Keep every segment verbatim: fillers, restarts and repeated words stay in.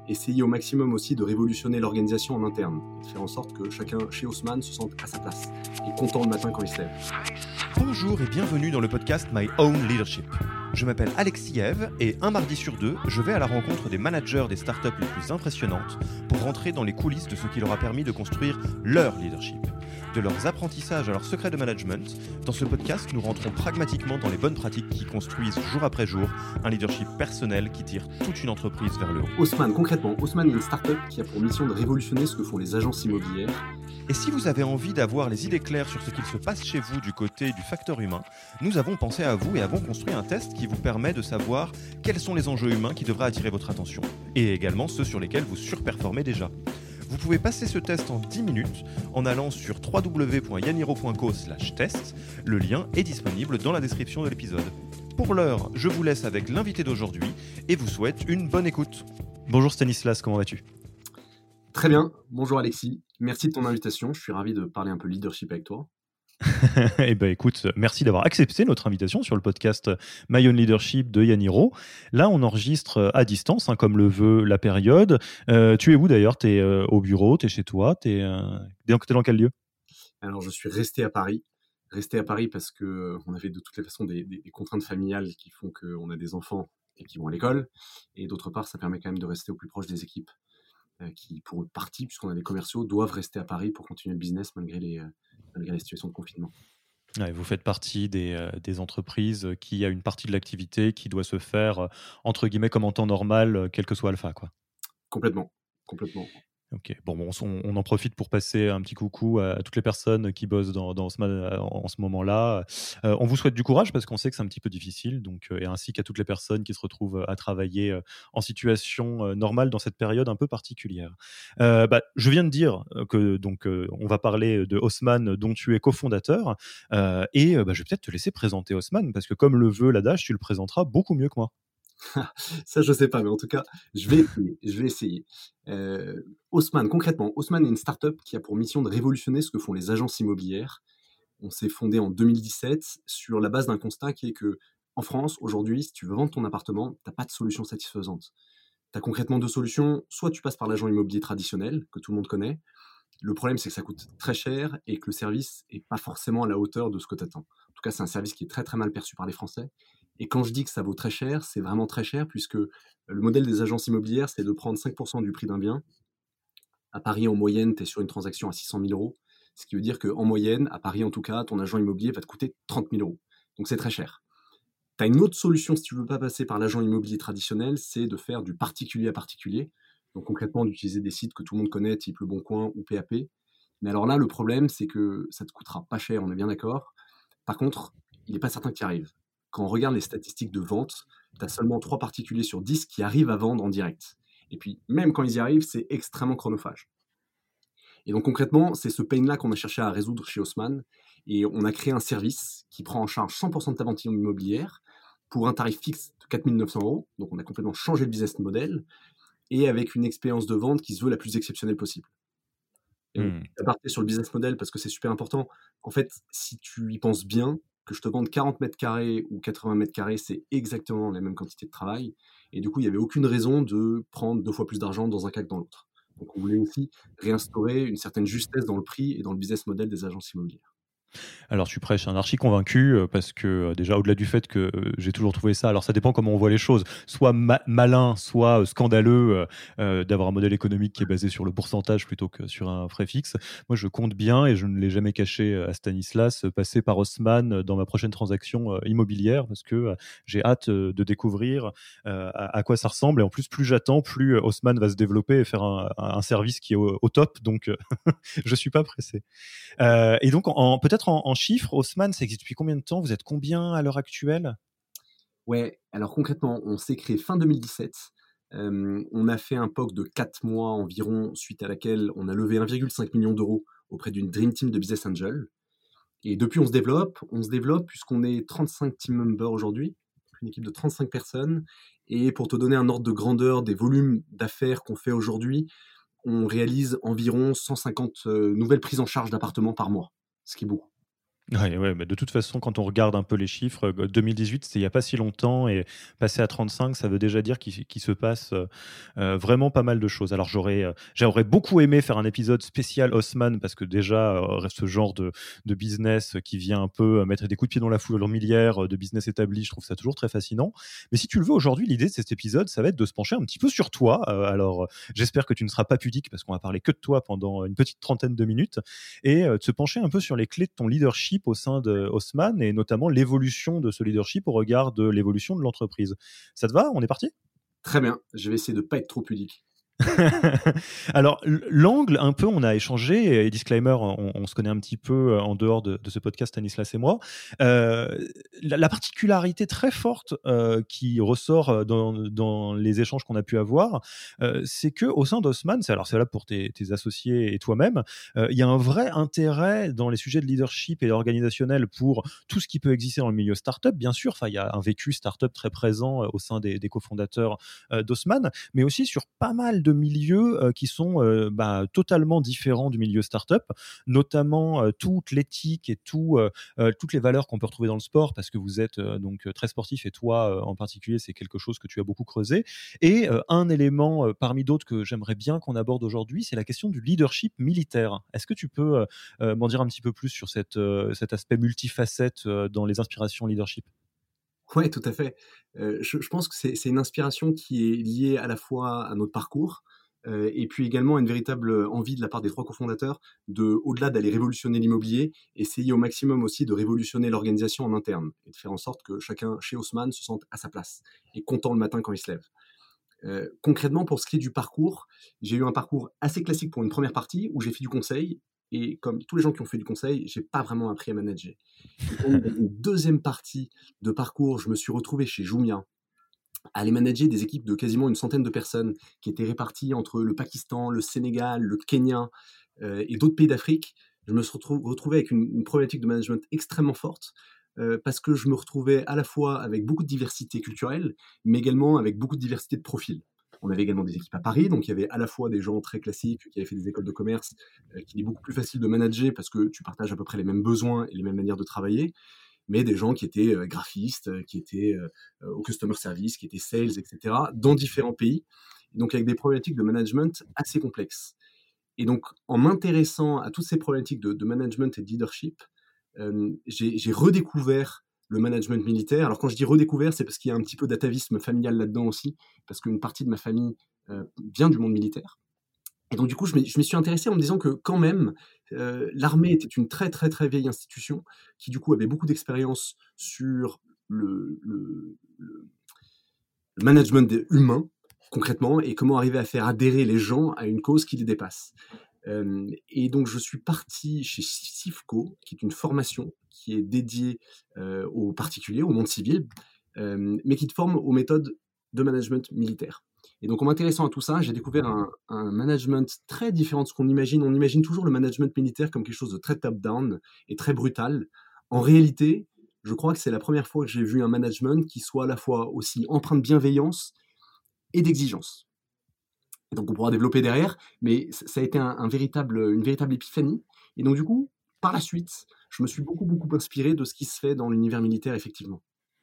essayer au maximum aussi de révolutionner l'organisation en interne, de faire en sorte que chacun chez Haussmann se sente à sa place et content le matin quand il se lève. Bonjour et bienvenue dans le podcast My Own Leadership. Je m'appelle Alexis Eve et un mardi sur deux, je vais à la rencontre des managers des startups les plus impressionnantes pour rentrer dans les coulisses de ce qui leur a permis de construire leur leadership. De leurs apprentissages à leurs secrets de management, dans ce podcast, nous rentrons pragmatiquement dans les bonnes pratiques qui construisent jour après jour un leadership personnel qui tire toute une entreprise vers le haut. Haussmann, concrètement, Haussmann est une startup qui a pour mission de révolutionner ce que font les agences immobilières. Et si vous avez envie d'avoir les idées claires sur ce qu'il se passe chez vous du côté du facteur humain, nous avons pensé à vous et avons construit un test qui vous permet de savoir quels sont les enjeux humains qui devraient attirer votre attention, et également ceux sur lesquels vous surperformez déjà. Vous pouvez passer ce test en dix minutes en allant sur w w w point yaniro point co slash test. Le lien est disponible dans la description de l'épisode. Pour l'heure, je vous laisse avec l'invité d'aujourd'hui et vous souhaite une bonne écoute. Bonjour Stanislas, comment vas-tu ? Très bien, bonjour Alexis, merci de ton invitation, je suis ravi de parler un peu leadership avec toi. Eh ben écoute, merci d'avoir accepté notre invitation sur le podcast My Own Leadership de Yaniro. Là, on enregistre à distance, hein, comme le veut la période. Euh, tu es où d'ailleurs ? Tu es euh, au bureau, tu es chez toi, tu es euh... dans quel lieu ? Alors, je suis resté à Paris. Resté à Paris parce qu'on avait de toutes les façons des, des, des contraintes familiales qui font qu'on a des enfants et qui vont à l'école. Et d'autre part, ça permet quand même de rester au plus proche des équipes euh, qui, pour une partie, puisqu'on a des commerciaux, doivent rester à Paris pour continuer le business malgré les... Euh, malgré la situation de confinement. Ouais, vous faites partie des, euh, des entreprises qui a une partie de l'activité qui doit se faire, euh, entre guillemets, comme en temps normal, euh, quel que soit Alpha, quoi. Complètement, complètement. Ok, bon, bon on, on en profite pour passer un petit coucou à, à toutes les personnes qui bossent dans, dans ce, en ce moment-là. Euh, on vous souhaite du courage parce qu'on sait que c'est un petit peu difficile, donc, euh, et ainsi qu'à toutes les personnes qui se retrouvent à travailler euh, en situation euh, normale dans cette période un peu particulière. Euh, bah, je viens de dire que donc euh, on va parler de Haussmann, dont tu es cofondateur, euh, et euh, bah, je vais peut-être te laisser présenter Haussmann parce que comme le veut l'adage, tu le présenteras beaucoup mieux que moi. Ça, je sais pas, mais en tout cas, je vais essayer. Je vais essayer. Euh, Haussmann, concrètement, Haussmann est une startup qui a pour mission de révolutionner ce que font les agences immobilières. On s'est fondé en deux mille dix-sept sur la base d'un constat qui est que, en France, aujourd'hui, si tu veux vendre ton appartement, tu n'as pas de solution satisfaisante. Tu as concrètement deux solutions. Soit tu passes par l'agent immobilier traditionnel, que tout le monde connaît. Le problème, c'est que ça coûte très cher et que le service n'est pas forcément à la hauteur de ce que tu attends. En tout cas, c'est un service qui est très très mal perçu par les Français. Et quand je dis que ça vaut très cher, c'est vraiment très cher puisque le modèle des agences immobilières, c'est de prendre cinq pour cent du prix d'un bien. À Paris, en moyenne, tu es sur une transaction à six cent mille euros. Ce qui veut dire qu'en moyenne, à Paris en tout cas, ton agent immobilier va te coûter trente mille euros. Donc c'est très cher. Tu as une autre solution si tu ne veux pas passer par l'agent immobilier traditionnel, c'est de faire du particulier à particulier. Donc concrètement, d'utiliser des sites que tout le monde connaît, type Le Bon Coin ou P A P. Mais alors là, le problème, c'est que ça te coûtera pas cher, on est bien d'accord. Par contre, il n'est pas certain que tu y arrives. Quand on regarde les statistiques de vente, tu as seulement trois particuliers sur dix qui arrivent à vendre en direct. Et puis, même quand ils y arrivent, c'est extrêmement chronophage. Et donc concrètement, c'est ce pain-là qu'on a cherché à résoudre chez Haussmann. Et on a créé un service qui prend en charge cent pour cent de ta vente immobilière pour un tarif fixe de quatre mille neuf cents euros. Donc on a complètement changé le business model et avec une expérience de vente qui se veut la plus exceptionnelle possible. Et donc, mmh. Aparté sur le business model parce que c'est super important. En fait, si tu y penses bien, que je te vende quarante mètres carrés ou quatre-vingts mètres carrés, c'est exactement la même quantité de travail. Et du coup, il n'y avait aucune raison de prendre deux fois plus d'argent dans un cas que dans l'autre. Donc, on voulait aussi réinstaurer une certaine justesse dans le prix et dans le business model des agences immobilières. Alors tu prêches un archi convaincu parce que déjà au-delà du fait que j'ai toujours trouvé ça, alors ça dépend comment on voit les choses, soit ma- malin, soit scandaleux euh, d'avoir un modèle économique qui est basé sur le pourcentage plutôt que sur un frais fixe. Moi je compte bien et je ne l'ai jamais caché à Stanislas, passer par Haussmann dans ma prochaine transaction euh, immobilière parce que euh, j'ai hâte euh, de découvrir euh, à, à quoi ça ressemble et en plus plus j'attends, plus Haussmann va se développer et faire un, un service qui est au, au top, donc je suis pas pressé. Euh, et donc en, peut-être En, en chiffres, Haussmann, ça existe depuis combien de temps ? Vous êtes combien à l'heure actuelle ? Ouais, alors concrètement, on s'est créé fin deux mille dix-sept. Euh, on a fait un P O C de quatre mois environ, suite à laquelle on a levé un virgule cinq million d'euros auprès d'une Dream Team de Business Angel. Et depuis, on se développe. On se développe puisqu'on est trente-cinq team members aujourd'hui, une équipe de trente-cinq personnes. Et pour te donner un ordre de grandeur des volumes d'affaires qu'on fait aujourd'hui, on réalise environ cent cinquante euh, nouvelles prises en charge d'appartements par mois, ce qui est beaucoup. Ouais, ouais, bah, de toute façon, quand on regarde un peu les chiffres, euh, deux mille dix-huit, c'était il n'y a pas si longtemps, et passer à trente-cinq, ça veut déjà dire qu'il qu'il se passe euh, euh, vraiment pas mal de choses. Alors j'aurais euh, j'aurais beaucoup aimé faire un épisode spécial Haussmann, parce que déjà, euh, ce genre de, de business qui vient un peu euh, mettre des coups de pied dans la fourmilière euh, de business établi, je trouve ça toujours très fascinant. Mais si tu le veux, aujourd'hui, l'idée de cet épisode, ça va être de se pencher un petit peu sur toi. Euh, alors, euh, j'espère que tu ne seras pas pudique, parce qu'on va parler que de toi pendant une petite trentaine de minutes, et euh, de se pencher un peu sur les clés de ton leadership au sein de Haussmann, et notamment l'évolution de ce leadership au regard de l'évolution de l'entreprise. Ça te va? On est parti? Très bien, je vais essayer de pas être trop pudique. Alors, l'angle, un peu, on a échangé, et disclaimer, on, on se connaît un petit peu euh, en dehors de, de ce podcast, Stanislas et moi. Euh, la, la particularité très forte euh, qui ressort euh, dans, dans les échanges qu'on a pu avoir, euh, c'est que au sein d'Haussmann, c'est alors c'est là pour tes, tes associés et toi-même, euh, il y a un vrai intérêt dans les sujets de leadership et organisationnel pour tout ce qui peut exister dans le milieu startup, bien sûr. Enfin, il y a un vécu startup très présent euh, au sein des, des cofondateurs euh, d'Haussmann, mais aussi sur pas mal de milieux euh, qui sont euh, bah, totalement différents du milieu startup, notamment euh, toute l'éthique et tout, euh, euh, toutes les valeurs qu'on peut retrouver dans le sport, parce que vous êtes euh, donc très sportif, et toi euh, en particulier, c'est quelque chose que tu as beaucoup creusé. Et euh, un élément euh, parmi d'autres que j'aimerais bien qu'on aborde aujourd'hui, c'est la question du leadership militaire. Est-ce que tu peux euh, euh, m'en dire un petit peu plus sur cette, euh, cet aspect multifacette euh, dans les inspirations leadership? Ouais, tout à fait. Heu, je je pense que c'est c'est une inspiration qui est liée à la fois à notre parcours, heu et puis également à une véritable, envie de la part des trois cofondateurs de, au-delà d'aller révolutionner l'immobilier, essayer au maximum aussi de révolutionner l'organisation en interne et de faire en sorte que chacun chez Haussmann se sente à sa place et content le matin quand il se lève. Heu, concrètement, pour ce qui est du parcours, j'ai eu un parcours assez classique pour une première partie où j'ai fait du conseil, et comme tous les gens qui ont fait du conseil, j'ai pas vraiment appris à manager. Et pour une deuxième partie de parcours, je me suis retrouvé chez Jumia à aller manager des équipes de quasiment une centaine de personnes qui étaient réparties entre le Pakistan, le Sénégal, le Kenya, heu et d'autres pays d'Afrique. Je me suis retrou retrouvé avec une une problématique de management extrêmement forte, heu, parce que je me retrouvais à la fois avec beaucoup de diversité culturelle, mais également avec beaucoup de diversité de profils. On avait également des équipes à Paris, donc il y avait à la fois des gens très classiques qui avaient fait des écoles de commerce, heu, qu'il est beaucoup plus facile de manager parce que tu partages à peu près les mêmes besoins et les mêmes manières de travailler, mais des gens qui étaient euh, graphistes, euh, qui étaient euh, au customer service, qui étaient sales, et cetera, dans différents pays, donc avec des problématiques de management assez complexes. Et donc, en m'intéressant à toutes ces problématiques de, de management et de leadership, euh, j'ai j'ai redécouvert le management militaire. Alors, quand je dis redécouvert, c'est parce qu'il y a un petit peu d'atavisme familial là-dedans aussi, parce qu'une partie de ma famille euh, vient du monde militaire. Et donc, du coup, je m'y je m'y suis intéressé en me disant que quand même, heu, l'armée était une très, très, très vieille institution qui, du coup, avait beaucoup d'expérience sur le le le le management des humains, concrètement, et comment arriver à faire adhérer les gens à une cause qui les dépasse. Hem Et donc je suis parti chez Sifco, qui est une formation qui est dédiée, heu, aux particuliers, au monde civil, hem, mais qui te forme aux méthodes de management militaire. Et donc en m'intéressant à tout ça, j'ai découvert un un management très différent de ce qu'on imagine. On imagine toujours le management militaire comme quelque chose de très top-down et très brutal. En réalité, je crois que c'est la première fois que j'ai vu un management qui soit à la fois aussi empreint de bienveillance et d'exigence. Et donc on pourra développer derrière, mais ça a été un, un véritable, une véritable épiphanie. Et donc du coup, par la suite, je me suis beaucoup, beaucoup inspiré de ce qui se fait dans l'univers militaire, effectivement.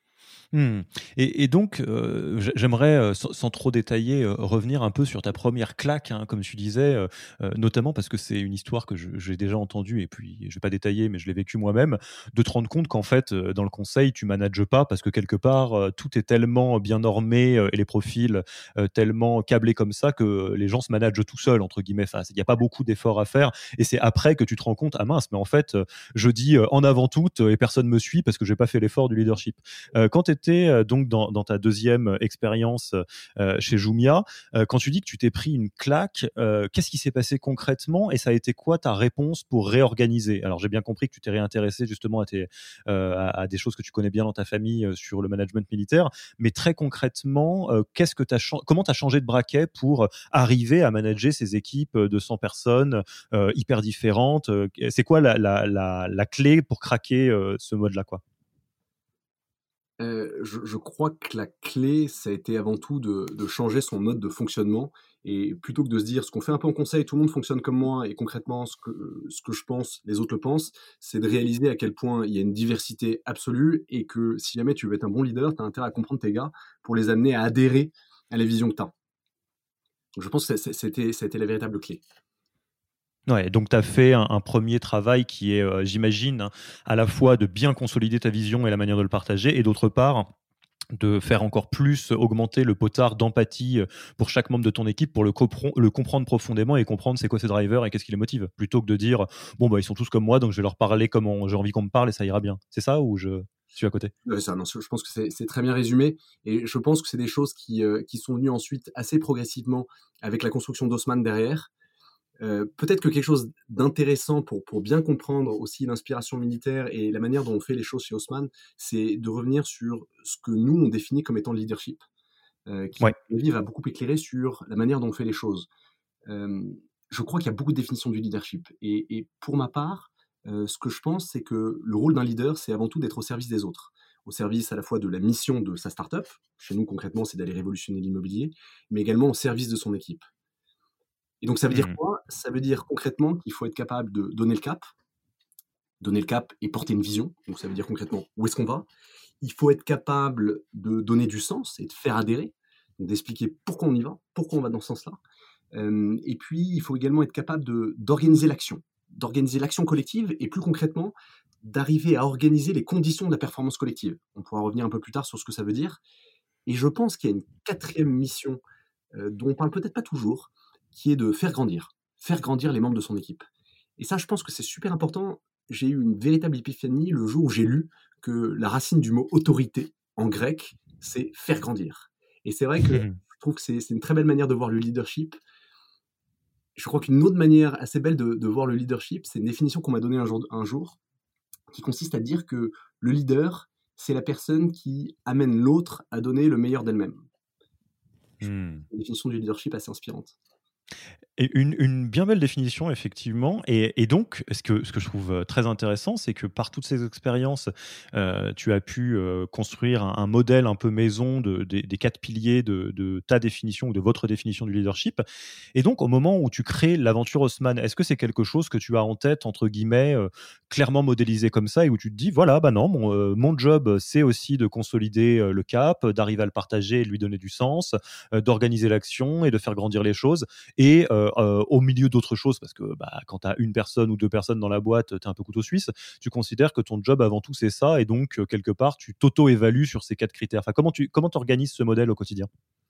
Mmh. Et, et donc, euh, j- j'aimerais, euh, sans, sans trop détailler, euh, revenir un peu sur ta première claque, hein, comme tu disais, euh, euh, notamment parce que c'est une histoire que je- j'ai déjà entendue, et puis je vais pas détailler, mais je l'ai vécu moi-même, de te rendre compte qu'en fait, euh, dans le conseil, tu manages pas parce que quelque part, euh, tout est tellement bien normé euh, et les profils euh, tellement câblés comme ça que les gens se managent tout seuls, entre guillemets. Enfin, il n'y a pas beaucoup d'efforts à faire, et c'est après que tu te rends compte, ah mince, mais en fait, euh, je dis euh, en avant tout et personne me suit parce que j'ai pas fait l'effort du leadership. Euh, quand tu étais euh, donc dans, dans ta deuxième euh, expérience euh, chez Jumia, euh, quand tu dis que tu t'es pris une claque, euh, qu'est-ce qui s'est passé concrètement, et ça a été quoi ta réponse pour réorganiser? Alors j'ai bien compris que tu t'es réintéressé justement à, tes, euh, à, à des choses que tu connais bien dans ta famille euh, sur le management militaire, mais très concrètement, euh, qu'est-ce que t'as cha- comment tu as changé de braquet pour arriver à manager ces équipes de cent personnes euh, hyper différentes? euh, C'est quoi la, la, la, la clé pour craquer euh, ce mode-là, quoi? Heu, je je crois que la clé, ça a été avant tout de de changer son mode de fonctionnement et plutôt que de se dire: «Ce qu'on fait un peu en conseil, tout le monde fonctionne comme moi et concrètement ce que ce que je pense, les autres le pensent», c'est de réaliser à quel point il y a une diversité absolue et que si jamais tu veux être un bon leader, tu as intérêt à comprendre tes gars pour les amener à adhérer à la vision que tu as. Donc je pense que c'est c'était ça a été la véritable clé. Ouais, donc tu as fait un un premier travail qui est, heu, j'imagine, hein, à la fois de bien consolider ta vision et la manière de le partager et d'autre part, de faire encore plus augmenter le potard d'empathie, heu, pour chaque membre de ton équipe pour le copron le comprendre profondément et comprendre c'est quoi ses drivers et qu'est-ce qui les motive. Plutôt que de dire: «Bon, bah, ils sont tous comme moi, donc je vais leur parler comme on j'ai envie qu'on me parle et ça ira bien». C'est ça ou je suis à côté? Ouais, ça, non, je pense que c'est c'est très bien résumé et je pense que c'est des choses qui, heu, qui sont venues ensuite assez progressivement avec la construction d'Haussmann derrière. Heu, peut-être que quelque chose d'intéressant pour pour bien comprendre aussi l'inspiration militaire et la manière dont on fait les choses chez Haussmann, c'est de revenir sur ce que nous, on définit comme étant le leadership, heu, qui, Ouais. à mon avis, va beaucoup éclairer sur la manière dont on fait les choses. Hem, je crois qu'il y a beaucoup de définitions du leadership et et pour ma part, heu, ce que je pense, c'est que le rôle d'un leader, c'est avant tout d'être au service des autres. Au service à la fois de la mission de sa start-up, chez nous concrètement, c'est d'aller révolutionner l'immobilier, mais également au service de son équipe. Et donc ça veut dire Mmh. quoi? Ça veut dire concrètement qu'il faut être capable de donner le cap, donner le cap et porter une vision. Donc ça veut dire concrètement où est-ce qu'on va? Il faut être capable de donner du sens et de faire adhérer, donc d'expliquer pourquoi on y va, pourquoi on va dans ce sens-là. Hem et puis il faut également être capable de d'organiser l'action, d'organiser l'action collective et plus concrètement, d'arriver à organiser les conditions de la performance collective. On pourra revenir un peu plus tard sur ce que ça veut dire et je pense qu'il y a une quatrième mission, heu, dont on parle peut-être pas toujours, qui est de faire grandir. Faire grandir les membres de son équipe. Et ça, je pense que c'est super important. J'ai eu une véritable épiphanie le jour où j'ai lu que la racine du mot autorité en grec, c'est faire grandir. Et c'est vrai que je trouve que c'est c'est une très belle manière de voir le leadership. Je crois qu'une autre manière assez belle de, de voir le leadership, c'est une définition qu'on m'a donnée un jour, un jour, qui consiste à dire que le leader, c'est la personne qui amène l'autre à donner le meilleur d'elle-même. Je trouve que Mmh. c'est une définition du leadership assez inspirante. Et une une bien belle définition effectivement et et donc ce que ce que je trouve, heu, très intéressant, c'est que par toutes ces expériences, heu, tu as pu, heu, construire un un modèle un peu maison de des des quatre piliers de de ta définition ou de votre définition du leadership et donc au moment où tu crées l'aventure Haussmann, est-ce que c'est quelque chose que tu as en tête entre guillemets, heu, clairement modélisé comme ça et où tu te dis: «Voilà, bah, non, mon, heu, mon job, c'est aussi de consolider, heu, le cap, d'arriver à le partager et de lui donner du sens, heu, d'organiser l'action et de faire grandir les choses» et heu heu, au milieu d'autres choses, parce que bah, quand tu as une personne ou deux personnes dans la boîte, tu es un peu couteau suisse, tu considères que ton job avant tout c'est ça et donc heu, quelque part tu t'auto-évalues sur ces quatre critères. Enfin, comment tu comment organises ce modèle au quotidien?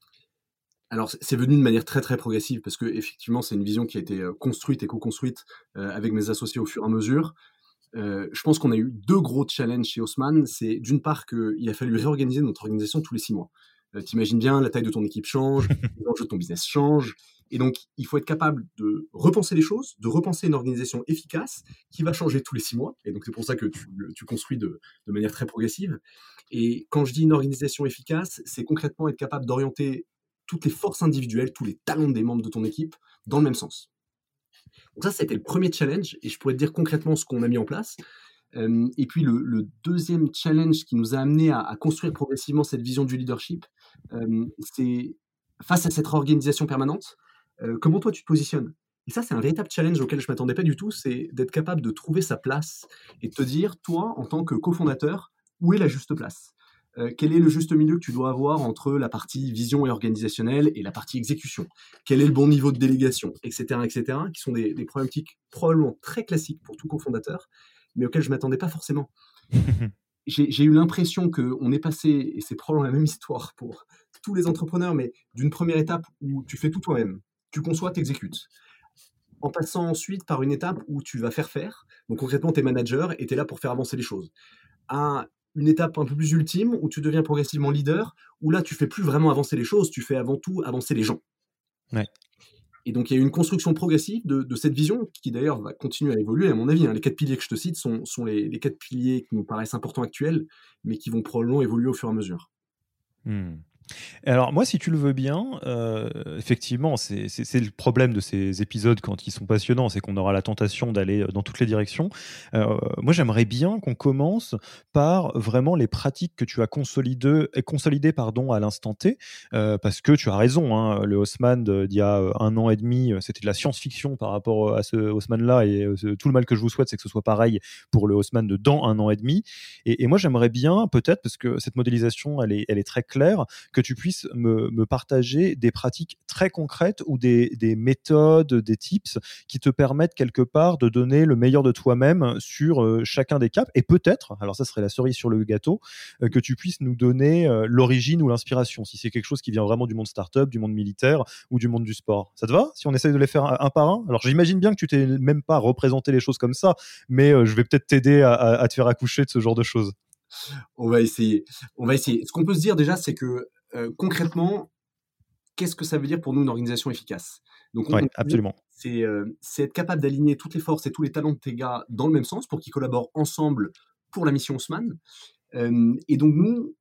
Alors, c'est c'est venu de manière très, très progressive parce que effectivement, c'est une vision qui a été, heu, construite et co-construite, heu, avec mes associés au fur et à mesure. Heu, je pense qu'on a eu deux gros challenges chez Haussmann. C'est d'une part qu'il a fallu réorganiser notre organisation tous les six mois. Heu, tu bien, la taille de ton équipe change, les enjeux de ton business changent et donc il faut être capable de repenser les choses, de repenser une organisation efficace qui va changer tous les six mois et donc c'est pour ça que tu tu construis de de manière très progressive et quand je dis une organisation efficace, c'est concrètement être capable d'orienter toutes les forces individuelles, tous les talents des membres de ton équipe dans le même sens. Donc ça, c'était le premier challenge et je pourrais te dire concrètement ce qu'on a mis en place. Hem et puis le le deuxième challenge qui nous a amené à à construire progressivement cette vision du leadership, hem, c'est face à cette réorganisation permanente, heu, comment toi tu te positionnes? Et ça, c'est un véritable challenge auquel je m'attendais pas du tout, c'est d'être capable de trouver sa place et de te dire, toi, en tant que cofondateur, où est la juste place? Heu, quel est le juste milieu que tu dois avoir entre la partie vision et organisationnelle et la partie exécution? Quel est le bon niveau de délégation? Et cetera, et cetera, qui sont des des problématiques probablement très classiques pour tout cofondateur, mais auxquelles je m'attendais pas forcément. J'ai j'ai eu l'impression qu'on est passé, et c'est probablement la même histoire pour tous les entrepreneurs, mais d'une première étape où tu fais tout toi-même, tu conçois, tu exécutes. En passant ensuite par une étape où tu vas faire faire, donc concrètement tu es manager et tu es là pour faire avancer les choses. À une étape un peu plus ultime où tu deviens progressivement leader, où là tu fais plus vraiment avancer les choses, tu fais avant tout avancer les gens. Ouais. Et donc il y a eu une construction progressive de de cette vision qui d'ailleurs va continuer à évoluer à mon avis, hein. Les quatre piliers que je te cite sont sont les les quatre piliers qui nous paraissent importants actuels, mais qui vont probablement évoluer au fur et à mesure. Mmh. Alors moi, si tu le veux bien, heu, effectivement, c'est c'est c'est le problème de ces épisodes quand ils sont passionnants, c'est qu'on aura la tentation d'aller, heu, dans toutes les directions. Heu, moi, j'aimerais bien qu'on commence par vraiment les pratiques que tu as consolideux et consolidées, pardon, à l'instant T, heu, parce que tu as raison, hein, le Haussmann de d'il y a, heu, un an et demi, heu, c'était de la science-fiction par rapport, à ce Haussmann-là et heu, ce tout le mal que je vous souhaite, c'est que ce soit pareil pour le Haussmann de dans un an et demi et et moi, j'aimerais bien peut-être, parce que cette modélisation, elle est elle est très claire, que tu puisses me, me partager des pratiques très concrètes ou des, des méthodes, des tips qui te permettent quelque part de donner le meilleur de toi-même sur euh, chacun des caps. Et peut-être, alors ça serait la cerise sur le gâteau, euh, que tu puisses nous donner euh, l'origine ou l'inspiration, si c'est quelque chose qui vient vraiment du monde startup, du monde militaire ou du monde du sport. Ça te va si on essaye de les faire un, un par un? Alors j'imagine bien que tu t'es même pas représenté les choses comme ça, mais euh, je vais peut-être t'aider à, à, à te faire accoucher de ce genre de choses. On va essayer. On va essayer. Ce qu'on peut se dire déjà, c'est que euh, concrètement, qu'est-ce que ça veut dire pour nous une organisation efficace? Donc, on, Oui, on peut dire, absolument. c'est euh, c'est être capable d'aligner toutes les forces et tous les talents de tes gars dans le même sens pour qu'ils collaborent ensemble pour la mission Haussmann. Euh, et donc, nous,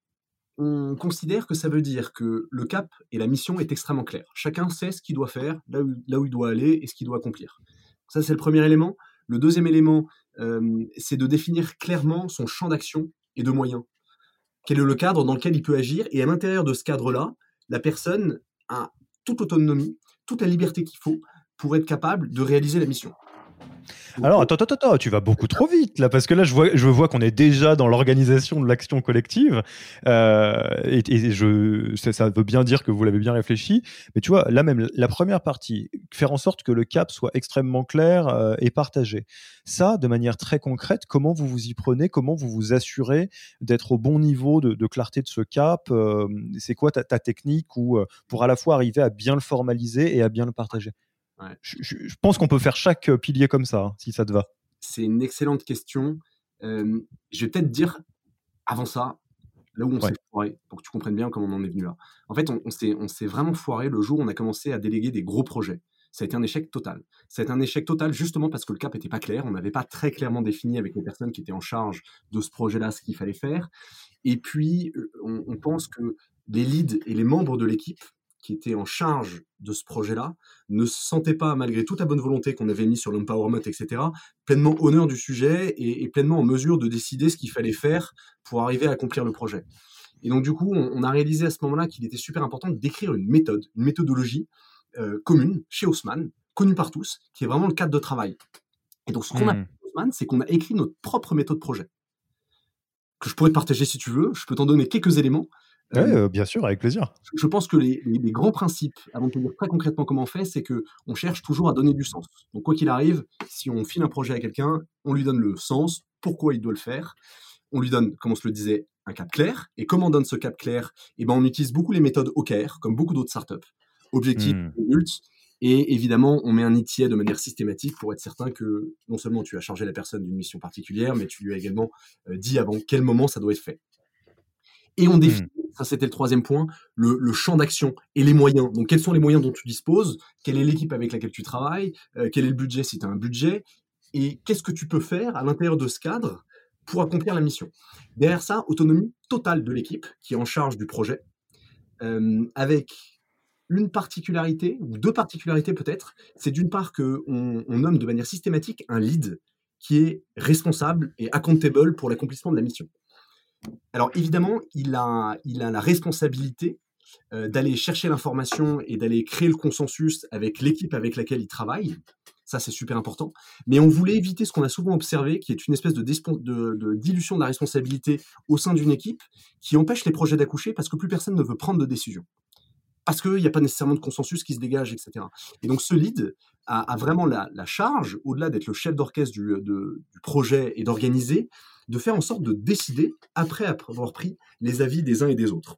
on considère que ça veut dire que le cap et la mission est extrêmement clair. Chacun sait ce qu'il doit faire, là où, là où il doit aller et ce qu'il doit accomplir. Ça, c'est le premier élément. Le deuxième élément, euh, c'est de définir clairement son champ d'action et de moyens. Quel est le cadre dans lequel il peut agir? Et à l'intérieur de ce cadre-là, la personne a toute l'autonomie, toute la liberté qu'il faut pour être capable de réaliser la mission. Donc, Alors, attends, attends, attends, tu vas beaucoup trop vite là, parce que là, je vois, je vois qu'on est déjà dans l'organisation de l'action collective, euh, et, et je, ça, ça veut bien dire que vous l'avez bien réfléchi. Mais tu vois, là même, la première partie, faire en sorte que le cap soit extrêmement clair euh, et partagé. Ça, de manière très concrète, comment vous vous y prenez? Comment vous vous assurez d'être au bon niveau de, de clarté de ce cap? Euh, c'est quoi ta, ta technique ou euh, pour à la fois arriver à bien le formaliser et à bien le partager? ouais. Je, je- je pense qu'on peut faire chaque euh, pilier comme ça, hein, si ça te va. C'est une excellente question. Euh, je vais peut-être dire, avant ça, là où on Ouais. s'est foiré, pour que tu comprennes bien comment on en est venu là. En fait, on, on s'est, on s'est vraiment foiré le jour où on a commencé à déléguer des gros projets. Ça a été un échec total. Ça a été un échec total justement parce que le cap n'était pas clair. On n'avait pas très clairement défini avec les personnes qui étaient en charge de ce projet-là ce qu'il fallait faire. Et puis, euh, on, on pense que les leads et les membres de l'équipe qui étaient en charge de ce projet-là ne se sentaient pas, malgré toute la bonne volonté qu'on avait mis sur l'empowerment, et cetera, pleinement honneur du sujet et, et pleinement en mesure de décider ce qu'il fallait faire pour arriver à accomplir le projet. Et donc, du coup, on, on a réalisé à ce moment-là qu'il était super important d'écrire une méthode, une méthodologie euh, commune chez Haussmann, connue par tous, qui est vraiment le cadre de travail. Et donc, ce qu'on a fait Hmm. chez Haussmann, c'est qu'on a écrit notre propre méthode projet, que je pourrais te partager si tu veux. Je peux t'en donner quelques éléments. Ouais, Euh, euh, bien sûr, avec plaisir. je pense que les, les- les grands principes, avant de te dire très concrètement comment on fait, c'est que on cherche toujours à donner du sens. Donc, quoi qu'il arrive, si on file un projet à quelqu'un, on lui donne le sens, pourquoi il doit le faire. On lui donne, comme on se le disait, un cap clair. Et comment on donne ce cap clair? Eh ben, on utilise beaucoup les méthodes O K R, comme beaucoup d'autres startups. Objectif, Hmm. résultat. Et évidemment, on met un E T A de manière systématique pour être certain que non seulement tu as chargé la personne d'une mission particulière, mais tu lui as également euh, dit avant quel moment ça doit être fait. Et on définit, Hmm. ça c'était le troisième point, le, le champ d'action et les moyens. Donc quels sont les moyens dont tu disposes? Quelle est l'équipe avec laquelle tu travailles? Euh, quel est le budget si tu as un budget? Et qu'est-ce que tu peux faire à l'intérieur de ce cadre pour accomplir la mission? Derrière ça, autonomie totale de l'équipe qui est en charge du projet, euh, avec une particularité, ou deux particularités peut-être, c'est d'une part qu'on on nomme de manière systématique un lead qui est responsable et accountable pour l'accomplissement de la mission. Alors évidemment, il a, il a la responsabilité euh, d'aller chercher l'information et d'aller créer le consensus avec l'équipe avec laquelle il travaille. Ça, c'est super important. Mais on voulait éviter ce qu'on a souvent observé, qui est une espèce de, de, de dilution de la responsabilité au sein d'une équipe qui empêche les projets d'accoucher parce que plus personne ne veut prendre de décision. Parce qu'il n'y a pas nécessairement de consensus qui se dégage, et cetera. Et donc ce lead a, a vraiment la, la charge, au-delà d'être le chef d'orchestre du, de, du projet et d'organiser, de faire en sorte de décider après avoir pris les avis des uns et des autres.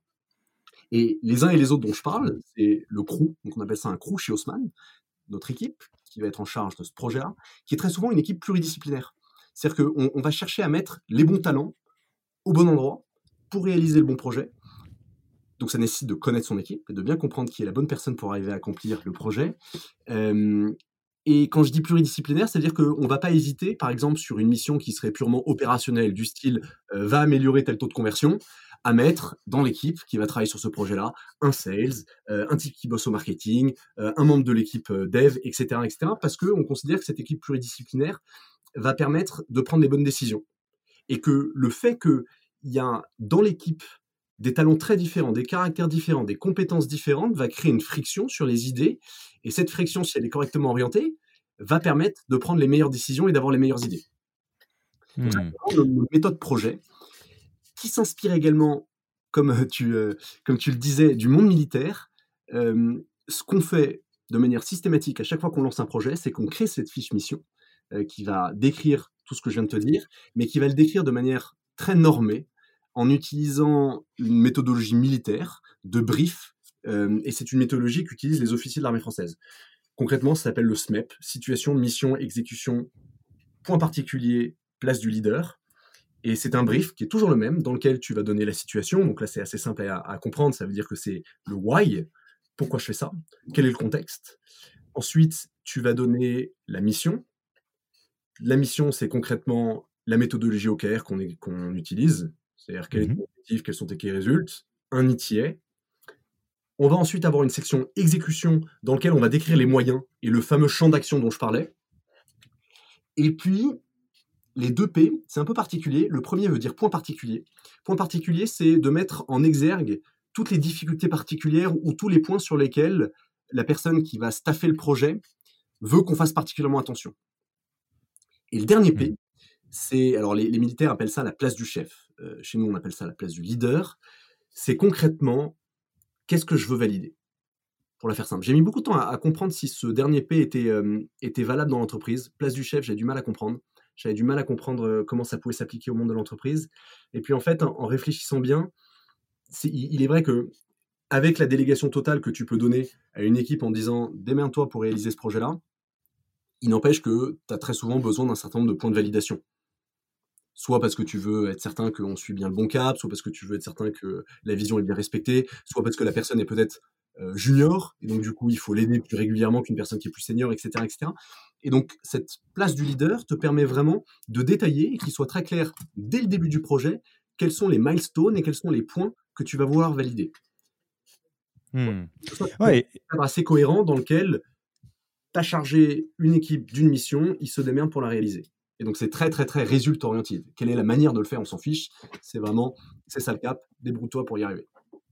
Et les uns et les autres dont je parle, c'est le crew, donc on appelle ça un crew chez Haussmann, notre équipe qui va être en charge de ce projet-là, qui est très souvent une équipe pluridisciplinaire. C'est-à-dire qu'on on va chercher à mettre les bons talents au bon endroit pour réaliser le bon projet. Donc ça nécessite de connaître son équipe et de bien comprendre qui est la bonne personne pour arriver à accomplir le projet. Euh, et quand je dis pluridisciplinaire, c'est-à-dire qu'on ne va pas hésiter, par exemple, sur une mission qui serait purement opérationnelle, du style euh, va améliorer tel taux de conversion, à mettre dans l'équipe qui va travailler sur ce projet-là, un sales, euh, un type qui bosse au marketing, euh, un membre de l'équipe euh, dev, et cetera, et cetera, parce qu'on considère que cette équipe pluridisciplinaire va permettre de prendre les bonnes décisions. Et que le fait qu'il y a dans l'équipe des talents très différents, des caractères différents, des compétences différentes, va créer une friction sur les idées. Et cette friction, si elle est correctement orientée, va permettre de prendre les meilleures décisions et d'avoir les meilleures idées. Donc ça, Hmm. c'est vraiment notre méthode projet, qui s'inspire également, comme tu, euh, comme tu le disais, du monde militaire. Euh, ce qu'on fait de manière systématique à chaque fois qu'on lance un projet, c'est qu'on crée cette fiche mission euh, qui va décrire tout ce que je viens de te dire, mais qui va le décrire de manière très normée, en utilisant une méthodologie militaire de brief, euh, et c'est une méthodologie qu'utilisent les officiers de l'armée française. Concrètement, ça s'appelle le S M E P, situation, mission, exécution, point particulier, place du leader. Et c'est un brief qui est toujours le même, dans lequel tu vas donner la situation. Donc là, c'est assez simple à, à comprendre. Ça veut dire que c'est le why, pourquoi je fais ça, quel est le contexte. Ensuite, tu vas donner la mission. La mission, c'est concrètement la méthodologie O K R qu'on, est, qu'on utilise. C'est-à-dire quel est ton objectif, quels sont tes key results, un E T A. On va ensuite avoir une section exécution dans laquelle on va décrire les moyens et le fameux champ d'action dont je parlais. Et puis, les deux P, c'est un peu particulier. Le premier veut dire point particulier. Point particulier, c'est de mettre en exergue toutes les difficultés particulières ou tous les points sur lesquels la personne qui va staffer le projet veut qu'on fasse particulièrement attention. Et le dernier P, c'est, alors les, les militaires appellent ça la place du chef. Euh, chez nous, on appelle ça la place du leader. C'est concrètement, qu'est-ce que je veux valider ? Pour la faire simple. J'ai mis beaucoup de temps à, à comprendre si ce dernier P était, euh, était valable dans l'entreprise. Place du chef, j'ai du mal à comprendre. J'avais du mal à comprendre comment ça pouvait s'appliquer au monde de l'entreprise. Et puis en fait, en, en réfléchissant bien, c'est, il est vrai que avec la délégation totale que tu peux donner à une équipe en disant « démerde-toi pour réaliser ce projet-là », il n'empêche que tu as très souvent besoin d'un certain nombre de points de validation. Soit parce que tu veux être certain qu'on suit bien le bon cap, soit parce que tu veux être certain que la vision est bien respectée, soit parce que la personne est peut-être euh, junior, et donc du coup il faut l'aider plus régulièrement qu'une personne qui est plus senior, et cetera, et cetera. Et donc cette place du leader te permet vraiment de détailler et qu'il soit très clair dès le début du projet quels sont les milestones et quels sont les points que tu vas vouloir valider. Hmm. C'est ouais. un assez cohérent dans lequel tu as chargé une équipe d'une mission, ils se démerdent pour la réaliser. Et donc, c'est très, très, très résultat-orienté. Quelle est la manière de le faire ? On s'en fiche. C'est vraiment, c'est ça le cap, débrouille-toi pour y arriver.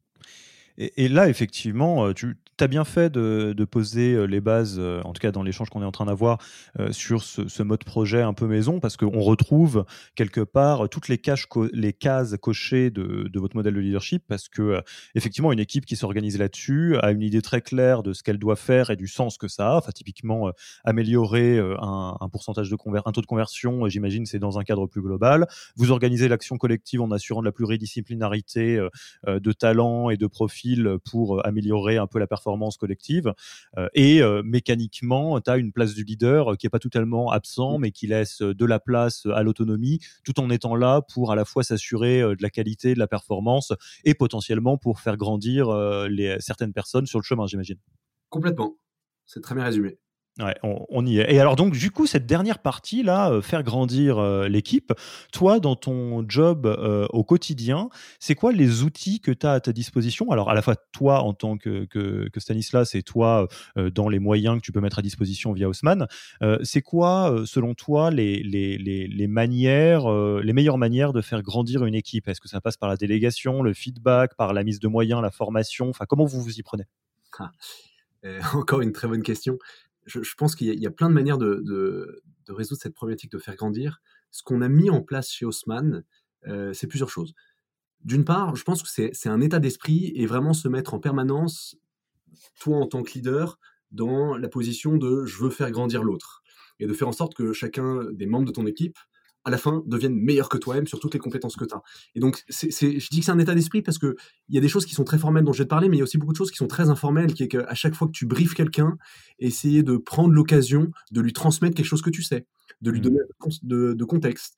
Et, et là, effectivement, tu as bien fait de, de poser les bases, en tout cas dans l'échange qu'on est en train d'avoir, euh, sur ce, ce mode projet un peu maison, parce qu'on retrouve quelque part toutes les, caches co- les cases cochées de, de votre modèle de leadership, parce que euh, effectivement, une équipe qui s'organise là-dessus a une idée très claire de ce qu'elle doit faire et du sens que ça a. Enfin, typiquement, euh, améliorer euh, un, un pourcentage de conver- un taux de conversion, euh, j'imagine, c'est dans un cadre plus global. Vous organisez l'action collective en assurant de la pluridisciplinarité euh, euh, de talents et de profils pour améliorer un peu la performance collective. Euh, et euh, mécaniquement, tu as une place du leader qui n'est pas totalement absent, mais qui laisse de la place à l'autonomie, tout en étant là pour à la fois s'assurer de la qualité, de la performance, et potentiellement pour faire grandir euh, les, certaines personnes sur le chemin, j'imagine. Complètement. C'est très bien résumé. Ouais, on, on y est. Et alors donc, du coup, cette dernière partie là, euh, faire grandir euh, l'équipe, toi, dans ton job euh, au quotidien, c'est quoi les outils que tu as à ta disposition ? Alors, à la fois toi en tant que, que, que Stanislas et toi euh, dans les moyens que tu peux mettre à disposition via Haussmann, euh, c'est quoi, euh, selon toi, les, les, les, les manières, euh, les meilleures manières de faire grandir une équipe ? Est-ce que ça passe par la délégation, le feedback, par la mise de moyens, la formation ? Enfin, comment vous vous y prenez ? Ah, euh, encore une très bonne question. Je, je pense qu'il y a, il y a plein de manières de, de, de résoudre cette problématique de faire grandir. Ce qu'on a mis en place chez Haussmann, euh, c'est plusieurs choses. D'une part, je pense que c'est, c'est un état d'esprit et vraiment se mettre en permanence, toi en tant que leader, dans la position de « je veux faire grandir l'autre » et de faire en sorte que chacun des membres de ton équipe, à la fin, devienne meilleur que toi-même sur toutes les compétences que tu as. Et donc, c'est, c'est, je dis que c'est un état d'esprit parce qu'il y a des choses qui sont très formelles dont je vais te parler, mais il y a aussi beaucoup de choses qui sont très informelles, qui est qu'à chaque fois que tu briefes quelqu'un, essayer de prendre l'occasion de lui transmettre quelque chose que tu sais, de lui donner de, de contexte,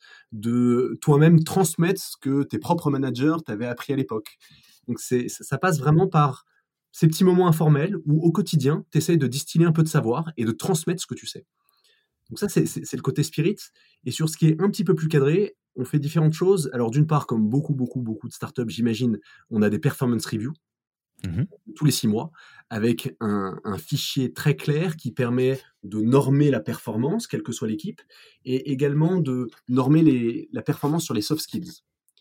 de toi-même transmettre ce que tes propres managers t'avaient appris à l'époque. Donc, c'est, ça passe vraiment par ces petits moments informels où, au quotidien, tu essayes de distiller un peu de savoir et de transmettre ce que tu sais. Donc ça, c'est, c'est, c'est le côté spirit. Et sur ce qui est un petit peu plus cadré, on fait différentes choses. Alors d'une part, comme beaucoup, beaucoup, beaucoup de startups, j'imagine, on a des performance reviews Mmh. tous les six mois, avec un, un fichier très clair qui permet de normer la performance, quelle que soit l'équipe, et également de normer les, la performance sur les soft skills.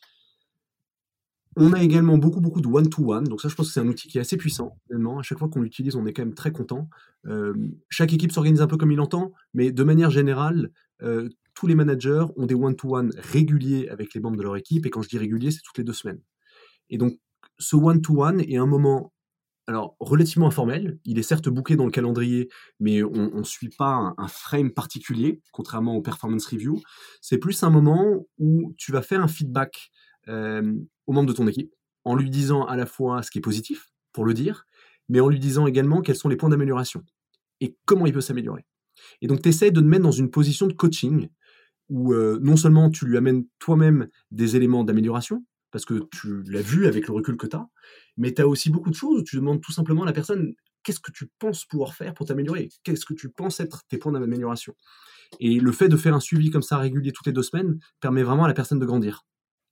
On a également beaucoup, beaucoup de one-to-one, donc ça, je pense que c'est un outil qui est assez puissant, honnêtement. À chaque fois qu'on l'utilise, on est quand même très content. Euh, chaque équipe s'organise un peu comme il entend, mais de manière générale, euh, tous les managers ont des one-to-one réguliers avec les membres de leur équipe, et quand je dis régulier, c'est toutes les deux semaines. Et donc, ce one-to-one est un moment, alors, relativement informel. Il est certes booké dans le calendrier, mais on ne suit pas un, un frame particulier, contrairement au performance review. C'est plus un moment où tu vas faire un feedback euh, aux membres de ton équipe, en lui disant à la fois ce qui est positif, pour le dire, mais en lui disant également quels sont les points d'amélioration et comment il peut s'améliorer. Et donc, tu essaies de te mettre dans une position de coaching où euh, non seulement tu lui amènes toi-même des éléments d'amélioration, parce que tu l'as vu avec le recul que tu as, mais tu as aussi beaucoup de choses où tu demandes tout simplement à la personne qu'est-ce que tu penses pouvoir faire pour t'améliorer, qu'est-ce que tu penses être tes points d'amélioration. Et le fait de faire un suivi comme ça régulier toutes les deux semaines permet vraiment à la personne de grandir.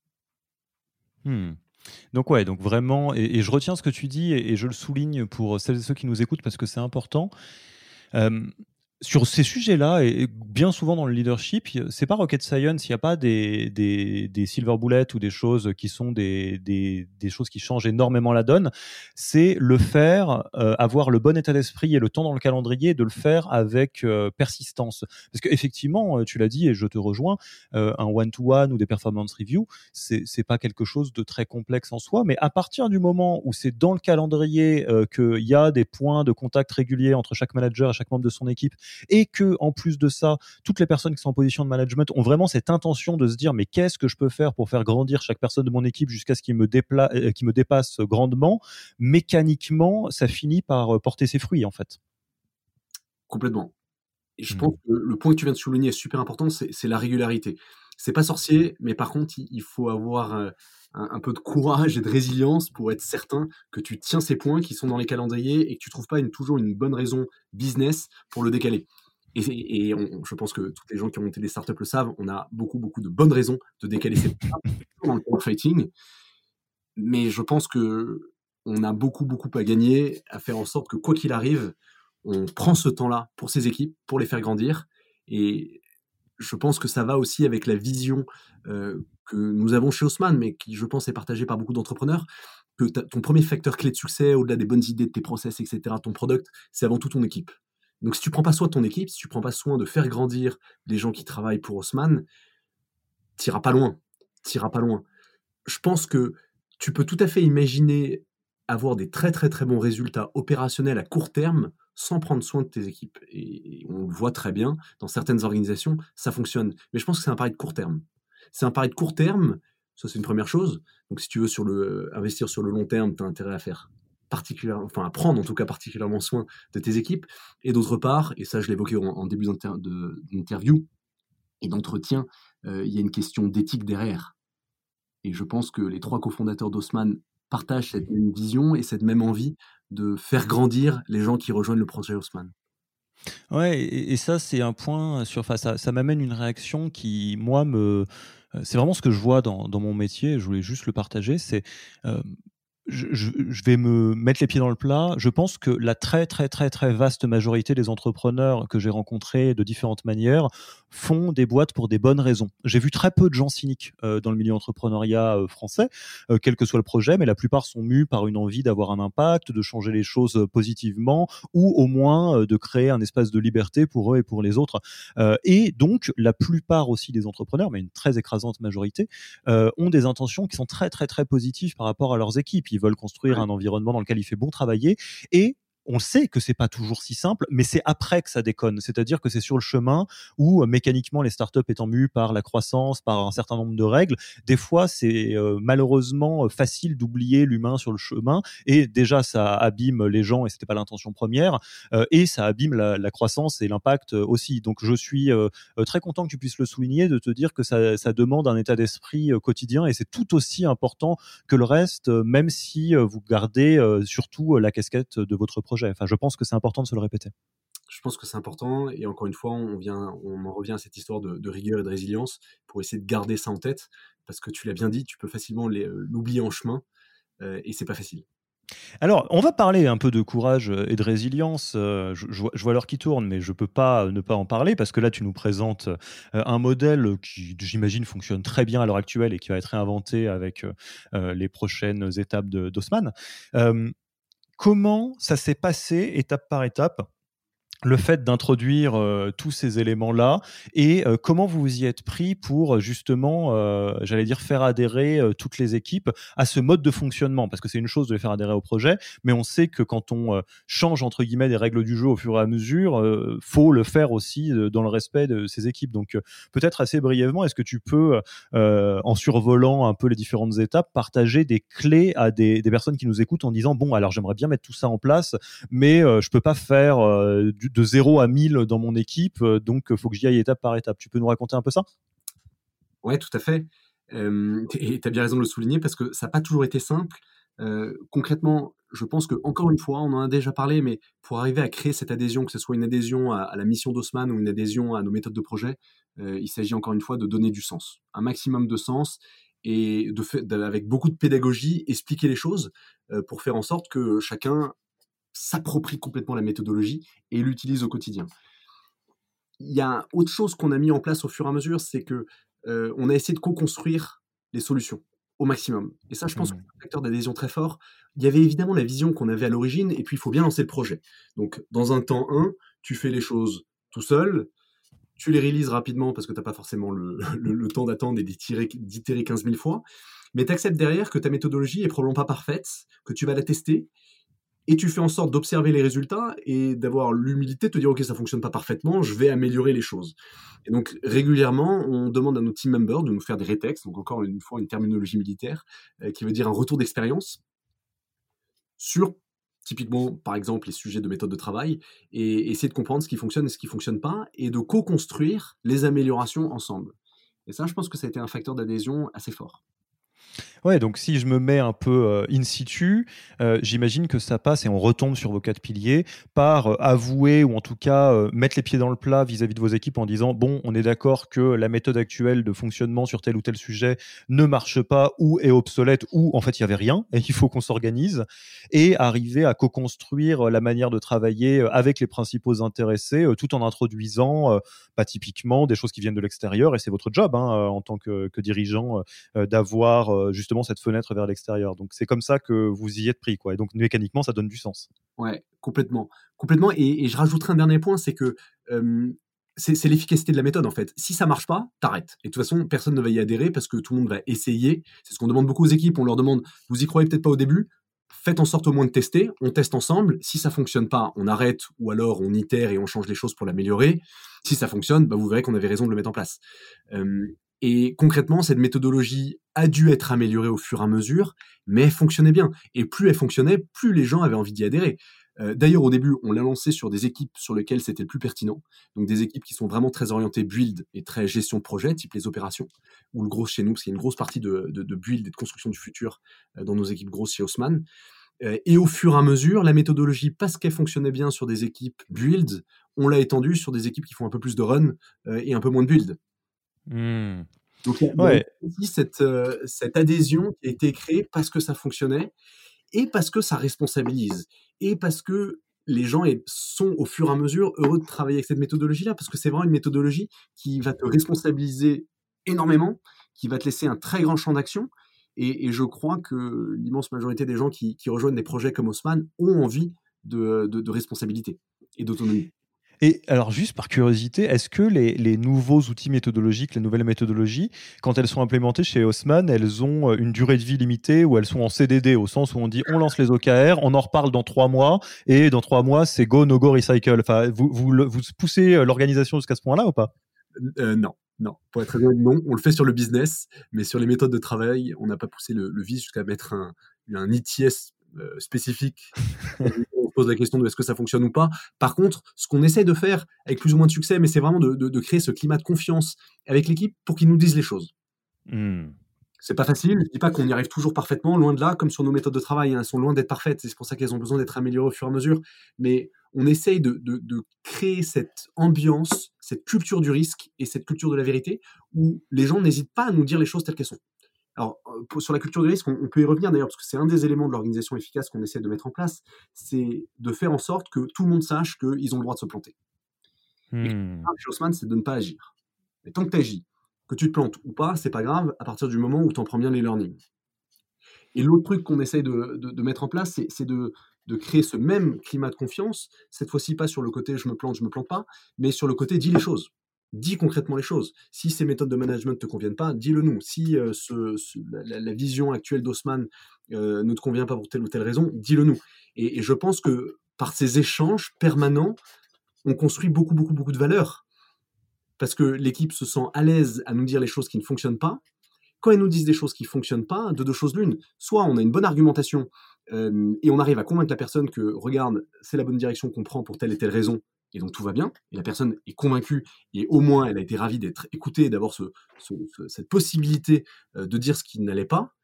Mmh. Donc ouais, donc vraiment, et, et je retiens ce que tu dis et, et je le souligne pour celles et ceux qui nous écoutent parce que c'est important. Euh, Sur ces sujets-là, et bien souvent dans le leadership, c'est pas rocket science, il n'y a pas des, des, des silver bullets ou des choses qui sont des, des, des choses qui changent énormément la donne. C'est le faire, euh, avoir le bon état d'esprit et le temps dans le calendrier, de le faire avec euh, persistance. Parce qu'effectivement, tu l'as dit et je te rejoins, euh, un one-to-one ou des performance reviews, c'est, c'est pas quelque chose de très complexe en soi, mais à partir du moment où c'est dans le calendrier euh, qu'il y a des points de contact réguliers entre chaque manager et chaque membre de son équipe, et que en plus de ça, toutes les personnes qui sont en position de management ont vraiment cette intention de se dire mais qu'est-ce que je peux faire pour faire grandir chaque personne de mon équipe jusqu'à ce qu'il me, dépla- euh, qu'il me dépasse grandement, mécaniquement, ça finit par porter ses fruits en fait. Complètement. Et je Hmm. pense que le point que tu viens de souligner est super important, c'est, c'est la régularité. C'est pas sorcier, mais par contre, il, il faut avoir euh, un, un peu de courage et de résilience pour être certain que tu tiens ces points qui sont dans les calendriers et que tu trouves pas une, toujours une bonne raison business pour le décaler. Et, et on- je pense que tous les gens qui ont monté des startups le savent, on a beaucoup, beaucoup de bonnes raisons de décaler ces points dans le power fighting. Mais je pense que on a beaucoup, beaucoup à gagner à faire en sorte que quoi qu'il arrive, on prend ce temps-là pour ses équipes, pour les faire grandir. Et je pense que ça va aussi avec la vision euh, que nous avons chez Haussmann, mais qui, je pense, est partagée par beaucoup d'entrepreneurs, que ton premier facteur clé de succès, au-delà des bonnes idées de tes process, et cetera, ton product, c'est avant tout ton équipe. Donc si tu prends pas soin de ton équipe, si tu prends pas soin de faire grandir les gens qui travaillent pour Haussmann, t'iras pas loin. T'iras pas loin. Je pense que tu peux tout à fait imaginer avoir des très très très bons résultats opérationnels à court terme sans prendre soin de tes équipes. Et on le voit très bien, dans certaines organisations, ça fonctionne. Mais je pense que c'est un pari de court terme. C'est un pari de court terme, ça c'est une première chose. Donc si tu veux sur le, investir sur le long terme, tu as intérêt à faire particulièrement, enfin à prendre en tout cas particulièrement soin de tes équipes. Et d'autre part, et ça je l'évoquais en, en début d'inter- de- d'interview et d'entretien, euh, il y a une question d'éthique derrière. Et je pense que les trois cofondateurs d'Haussmann partagent cette même vision et cette même envie de faire grandir les gens qui rejoignent le projet Haussmann. Ouais, et, et ça, c'est un point sur. Enfin, ça, ça m'amène une réaction qui, moi, me. euh, C'est vraiment ce que je vois dans, dans mon métier. Je voulais juste le partager. C'est. euh, je, je- je vais me mettre les pieds dans le plat. Je pense que la très, très, très, très vaste majorité des entrepreneurs que j'ai rencontrés de différentes manières font des boîtes pour des bonnes raisons. J'ai vu très peu de gens cyniques euh, dans le milieu entrepreneuriat euh, français, euh, quel que soit le projet, mais la plupart sont mus par une envie d'avoir un impact, de changer les choses euh, positivement, ou au moins euh, de créer un espace de liberté pour eux et pour les autres. Euh, et donc, la plupart aussi des entrepreneurs, mais une très écrasante majorité, euh, ont des intentions qui sont très, très, très positives par rapport à leurs équipes. Ils veulent construire Ouais. un environnement dans lequel il fait bon travailler. Et on sait que c'est pas toujours si simple, mais c'est après que ça déconne. C'est-à-dire que c'est sur le chemin où, euh, mécaniquement, les startups étant mues par la croissance, par un certain nombre de règles, des fois, c'est euh, malheureusement euh, facile d'oublier l'humain sur le chemin. Et déjà, ça abîme les gens et c'était pas l'intention première. Euh, et ça abîme la, la croissance et l'impact euh, aussi. Donc, je suis euh, euh, très content que tu puisses le souligner, de te dire que ça, ça demande un état d'esprit euh, quotidien et c'est tout aussi important que le reste, euh, même si euh, vous gardez euh, surtout euh, la casquette de votre projet. Enfin, je pense que c'est important de se le répéter. Je pense que c'est important et encore une fois, on vient on en revient à cette histoire de de rigueur et de résilience pour essayer de garder ça en tête parce que tu l'as bien dit, tu peux facilement les, heu, l'oublier en chemin, heu et c'est pas facile. Alors, on va parler un peu de courage, heu et de résilience, heu, je je vois je vois l'heure qui tourne, mais je peux pas, heu, ne pas en parler parce que là, tu nous présentes, heu, un modèle, heu, qui, j'imagine, fonctionne très bien à l'heure actuelle et qui va être réinventé avec, heu heu, les prochaines étapes de d'Haussmann. Hem, comment ça s'est passé étape par étape, le fait d'introduire, heu, tous ces éléments-là et heu, comment vous vous y êtes pris pour, heu, justement, heu, j'allais dire faire adhérer, heu, toutes les équipes à ce mode de fonctionnement? Parce que c'est une chose de les faire adhérer au projet, mais on sait que quand on, heu, «change» entre guillemets les règles du jeu au fur et à mesure, heu, faut le faire aussi, heu, dans le respect de ses équipes. Donc, heu, peut-être assez brièvement, est-ce que tu peux, heu, en survolant un peu les différentes étapes, partager des clés à des des personnes qui nous écoutent en disant: «Bon, alors j'aimerais bien mettre tout ça en place, mais heu, je peux pas faire, heu, du de zéro à mille dans mon équipe, heu, donc il faut que j'y aille étape par étape». Tu peux nous raconter un peu ça? Ouais, tout à fait. Hem et tu as bien raison de le souligner parce que ça a pas toujours été simple. Heu, concrètement, je pense qu'encore une fois, on en a déjà parlé, mais pour arriver à créer cette adhésion, que ce soit une adhésion à à la mission d'Haussmann ou une adhésion à nos méthodes de projet, heu, il s'agit encore une fois de donner du sens. Un maximum de sens et de fait de avec beaucoup de pédagogie, expliquer les choses, heu, pour faire en sorte que chacun s'approprie complètement la méthodologie et l'utilise au quotidien. Il y a autre chose qu'on a mis en place au fur et à mesure, c'est que, heu, on a essayé de co-construire les solutions au maximum et ça, je pense que Mmh. c'est un facteur d'adhésion très fort. Il y avait évidemment la vision qu'on avait à l'origine et puis il faut bien lancer le projet. Donc dans un temps un, tu fais les choses tout seul, tu les réalises rapidement parce que tu as pas forcément le le le temps d'attendre et d'itérer d'itérer quinze mille fois, mais tu acceptes derrière que ta méthodologie est probablement pas parfaite, que tu vas la tester et tu fais en sorte d'observer les résultats et d'avoir l'humilité de te dire: «OK, ça fonctionne pas parfaitement, je vais améliorer les choses» et donc régulièrement, on demande à nos team members de nous faire des rétex, donc encore une fois une terminologie militaire, heu, qui veut dire un retour d'expérience sur, typiquement, par exemple, les sujets de méthode de travail et essayer de comprendre ce qui fonctionne et ce qui fonctionne pas et de co-construire les améliorations ensemble et ça, je pense que ça a été un facteur d'adhésion assez fort. Ouais, donc si je me mets un peu, heu, in situ, heu, j'imagine que ça passe et on retombe sur vos quatre piliers, par, heu, avouer ou en tout cas, heu, mettre les pieds dans le plat vis-à-vis de vos équipes en disant: «Bon, on est d'accord que la méthode actuelle de fonctionnement sur tel ou tel sujet ne marche pas ou est obsolète ou en fait il y avait rien et il faut qu'on s'organise» et arriver à co-construire, la manière de travailler, heu, avec les principaux intéressés, heu, tout en introduisant, heu, bah, typiquement des choses qui viennent de l'extérieur et c'est votre job, hein, heu, en tant que que dirigeant, heu heu, d'avoir, heu, justement cette fenêtre vers l'extérieur. Donc c'est comme ça que vous y êtes pris, quoi et donc mécaniquement, ça donne du sens. Ouais, complètement. Complètement et et je rajouterai un dernier point, c'est que, hem, c'est c'est l'efficacité de la méthode, en fait. Si ça marche pas, t'arrêtes et de toute façon, personne ne va y adhérer parce que tout le monde va essayer. C'est ce qu'on demande beaucoup aux équipes, on leur demande: «Vous y croyez peut-être pas au début, faites en sorte au moins de tester». On teste ensemble, si ça fonctionne pas, on arrête ou alors on itère et on change les choses pour l'améliorer. Si ça fonctionne, bah, vous verrez qu'on avait raison de le mettre en place. Hem et concrètement, cette méthodologie a dû être améliorée au fur et à mesure, mais elle fonctionnait bien et plus elle fonctionnait, plus les gens avaient envie d'y adhérer. Heu, d'ailleurs, au début, on l'a lancé sur des équipes sur lesquelles c'était le plus pertinent. Donc des équipes qui sont vraiment très orientées build et très gestion de projet, type les opérations, ou le gros chez nous, parce qu'il y a une grosse partie de de de build et de construction du futur, heu, dans nos équipes grosses chez Haussmann. Heu et au fur et à mesure, la méthodologie, parce qu'elle fonctionnait bien sur des équipes build, on l'a étendue sur des équipes qui font un peu plus de run, heu et un peu moins de build. Mmh. Donc il y a il y a Ouais. aussi cette, heu, cette adhésion qui a été créée parce que ça fonctionnait et parce que ça responsabilise et parce que les gens est sont au fur et à mesure heureux de travailler avec cette méthodologie-là, parce que c'est vraiment une méthodologie qui va te responsabiliser énormément, qui va te laisser un très grand champ d'action et et je crois que l'immense majorité des gens qui qui rejoignent des projets comme Haussmann ont envie de de de responsabilité et d'autonomie. Et alors juste par curiosité, est-ce que les les nouveaux outils méthodologiques, les nouvelles méthodologies, quand elles sont implémentées chez Haussmann, elles ont, heu, une durée de vie limitée ou elles sont en C D D? Au sens où on dit: «On lance les O K R, on en reparle dans trois mois et dans trois mois, c'est go, no go, recycle». Enfin, vous vous le vous poussez, heu, l'organisation jusqu'à ce point-là ou pas? Heu, non, non. Pour être très honnête, non. On le fait sur le business, mais sur les méthodes de travail, on n'a pas poussé le le vice jusqu'à mettre un un E T S, heu, spécifique. On se pose la question de: «Est-ce que ça fonctionne ou pas?» Par contre, ce qu'on essaie de faire avec plus ou moins de succès, mais c'est vraiment de de de créer ce climat de confiance avec l'équipe pour qu'ils nous disent les choses. Mmh. C'est pas facile, je dis pas qu'on y arrive toujours parfaitement, loin de là, comme sur nos méthodes de travail, hein, elles sont loin d'être parfaites, et c'est pour ça qu'elles ont besoin d'être améliorées au fur et à mesure. Mais on essaye de, de, de créer cette ambiance, cette culture du risque et cette culture de la vérité où les gens n'hésitent pas à nous dire les choses telles qu'elles sont. Alors, pour, sur la culture du risque, on, on peut y revenir d'ailleurs, parce que c'est un des éléments de l'organisation efficace qu'on essaie de mettre en place, c'est de faire en sorte que tout le monde sache qu'ils ont le droit de se planter. Hmm. Et chez Haussmann, c'est de ne pas agir. Mais tant que tu agis, que tu te plantes ou pas, c'est pas grave, à partir du moment où tu en prends bien les learnings. Et l'autre truc qu'on essaye de, de, de mettre en place, c'est, c'est de, de créer ce même climat de confiance, cette fois-ci pas sur le côté je me plante, je me plante pas, mais sur le côté dis les choses. Dis concrètement les choses. Si ces méthodes de management ne te conviennent pas, dis-le nous. Si euh, ce, ce, la, la vision actuelle d'Haussmann euh, ne te convient pas pour telle ou telle raison, dis-le nous. Et, et je pense que par ces échanges permanents, on construit beaucoup, beaucoup, beaucoup de valeur. Parce que l'équipe se sent à l'aise à nous dire les choses qui ne fonctionnent pas. Quand ils nous disent des choses qui ne fonctionnent pas, de deux choses l'une. Soit on a une bonne argumentation euh, et on arrive à convaincre la personne que, regarde, c'est la bonne direction qu'on prend pour telle et telle raison, et donc tout va bien, et la personne est convaincue, et au moins elle a été ravie d'être écoutée et d'avoir ce, ce, ce, cette possibilité euh, de dire ce qui n'allait pas.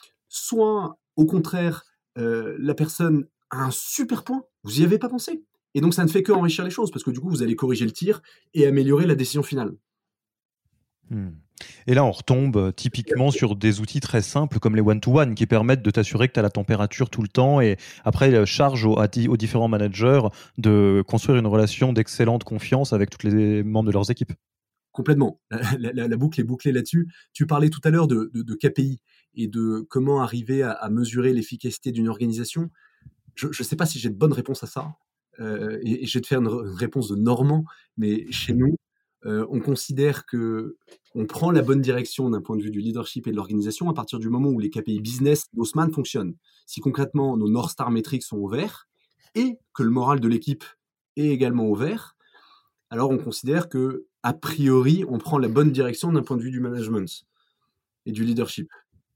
Soit, au contraire, euh, la personne a un super point, vous n'y avez pas pensé. Et donc ça ne fait que enrichir les choses, parce que du coup vous allez corriger le tir et améliorer la décision finale. Hmm. Et là, on retombe typiquement sur des outils très simples comme les one-to-one qui permettent de t'assurer que tu as la température tout le temps et après, charge aux, aux différents managers de construire une relation d'excellente confiance avec tous les membres de leurs équipes. Complètement. La, la, la boucle est bouclée là-dessus. Tu parlais tout à l'heure de, de, de K P I et de comment arriver à, à mesurer l'efficacité d'une organisation. Je ne sais pas si j'ai de bonnes réponses à ça. Euh, et, et je vais te faire une, une réponse de Normand, mais chez nous, euh, on considère que on prend la bonne direction d'un point de vue du leadership et de l'organisation à partir du moment où les K P I business d'Haussmann fonctionnent. Si concrètement nos North Star Metrics sont au vert et que le moral de l'équipe est également au vert, alors on considère que a priori on prend la bonne direction d'un point de vue du management et du leadership.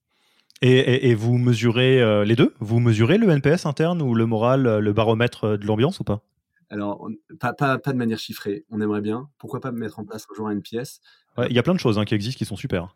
Et, et, et vous mesurez euh, les deux ? Vous mesurez le N P S interne ou le moral, le baromètre de l'ambiance ou pas ? Alors, on, pas, pas, pas de manière chiffrée, on aimerait bien. Pourquoi pas mettre en place un jour un N P S ? Il ouais, euh, y a plein de choses hein, qui existent qui sont super.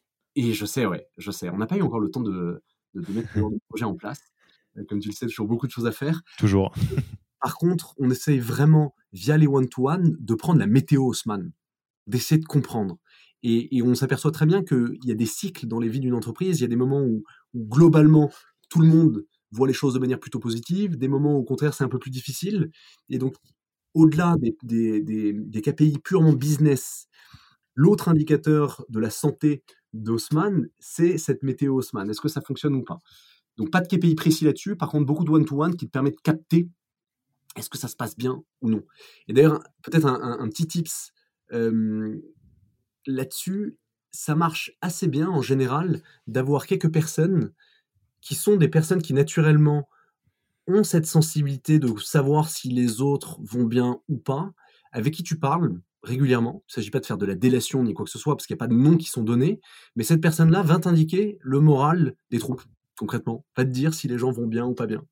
Et je sais, ouais, je sais. On n'a pas eu encore le temps de, de, de mettre ce genre de projet en place. Comme tu le sais, toujours beaucoup de choses à faire. Toujours. Par contre, on essaye vraiment, via les one-to-one, de prendre la météo Haussmann, d'essayer de comprendre. Et, et on s'aperçoit très bien qu'il y a des cycles dans les vies d'une entreprise. Il y a des moments où, où globalement, tout le monde voit les choses de manière plutôt positive, des moments où, au contraire, c'est un peu plus difficile. Et donc, au-delà des, des, des, des K P I purement business, l'autre indicateur de la santé d'Haussmann, c'est cette météo Haussmann. Est-ce que ça fonctionne ou pas ? Donc, pas de K P I précis là-dessus. Par contre, beaucoup de one-to-one qui te permettent de capter est-ce que ça se passe bien ou non. Et d'ailleurs, peut-être un, un, un petit tips euh, là-dessus, ça marche assez bien en général d'avoir quelques personnes qui sont des personnes qui naturellement ont cette sensibilité de savoir si les autres vont bien ou pas, avec qui tu parles régulièrement. Il ne s'agit pas de faire de la délation ni quoi que ce soit, parce qu'il n'y a pas de noms qui sont donnés, mais cette personne-là va t'indiquer le moral des troupes, concrètement. Va te dire si les gens vont bien ou pas bien.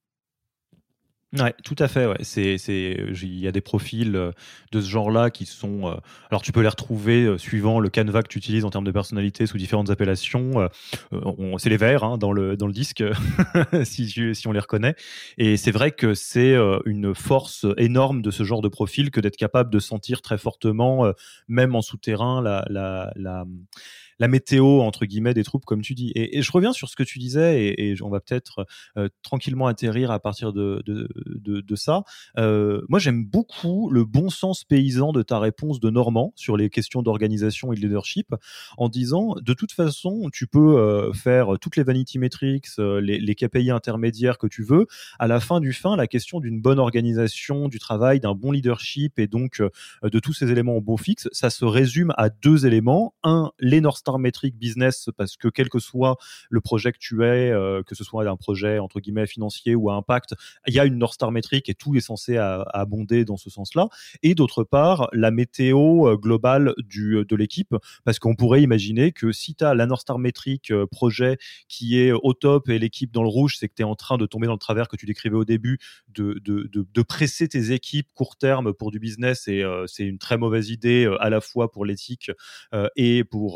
Ouais, tout à fait. Ouais. C'est, c'est, il y a des profils de ce genre-là qui sont. Euh, alors, tu peux les retrouver euh, suivant le canevas que tu utilises en termes de personnalité sous différentes appellations. Euh, on, c'est les verts hein, dans le dans le disque, si si on les reconnaît. Et c'est vrai que c'est euh, une force énorme de ce genre de profil que d'être capable de sentir très fortement, euh, même en souterrain, la la la la météo entre guillemets des troupes comme tu dis et, et je reviens sur ce que tu disais et, et on va peut-être euh, tranquillement atterrir à partir de, de, de, de ça euh, moi j'aime beaucoup le bon sens paysan de ta réponse de Normand sur les questions d'organisation et de leadership en disant de toute façon tu peux euh, faire toutes les vanity metrics euh, les, les K P I intermédiaires que tu veux à la fin du fin la question d'une bonne organisation du travail d'un bon leadership et donc euh, de tous ces éléments au beau fixe ça se résume à deux éléments un les North Star métrique business parce que quel que soit le projet que tu es, euh, que ce soit un projet entre guillemets financier ou à impact, il y a une North Star métrique et tout est censé à, à abonder dans ce sens-là. Et d'autre part, la météo globale du, de l'équipe parce qu'on pourrait imaginer que si tu as la North Star métrique euh, projet qui est au top et l'équipe dans le rouge, c'est que tu es en train de tomber dans le travers que tu décrivais au début de, de, de, de presser tes équipes court terme pour du business et euh, c'est une très mauvaise idée euh, à la fois pour l'éthique euh, et pour, euh,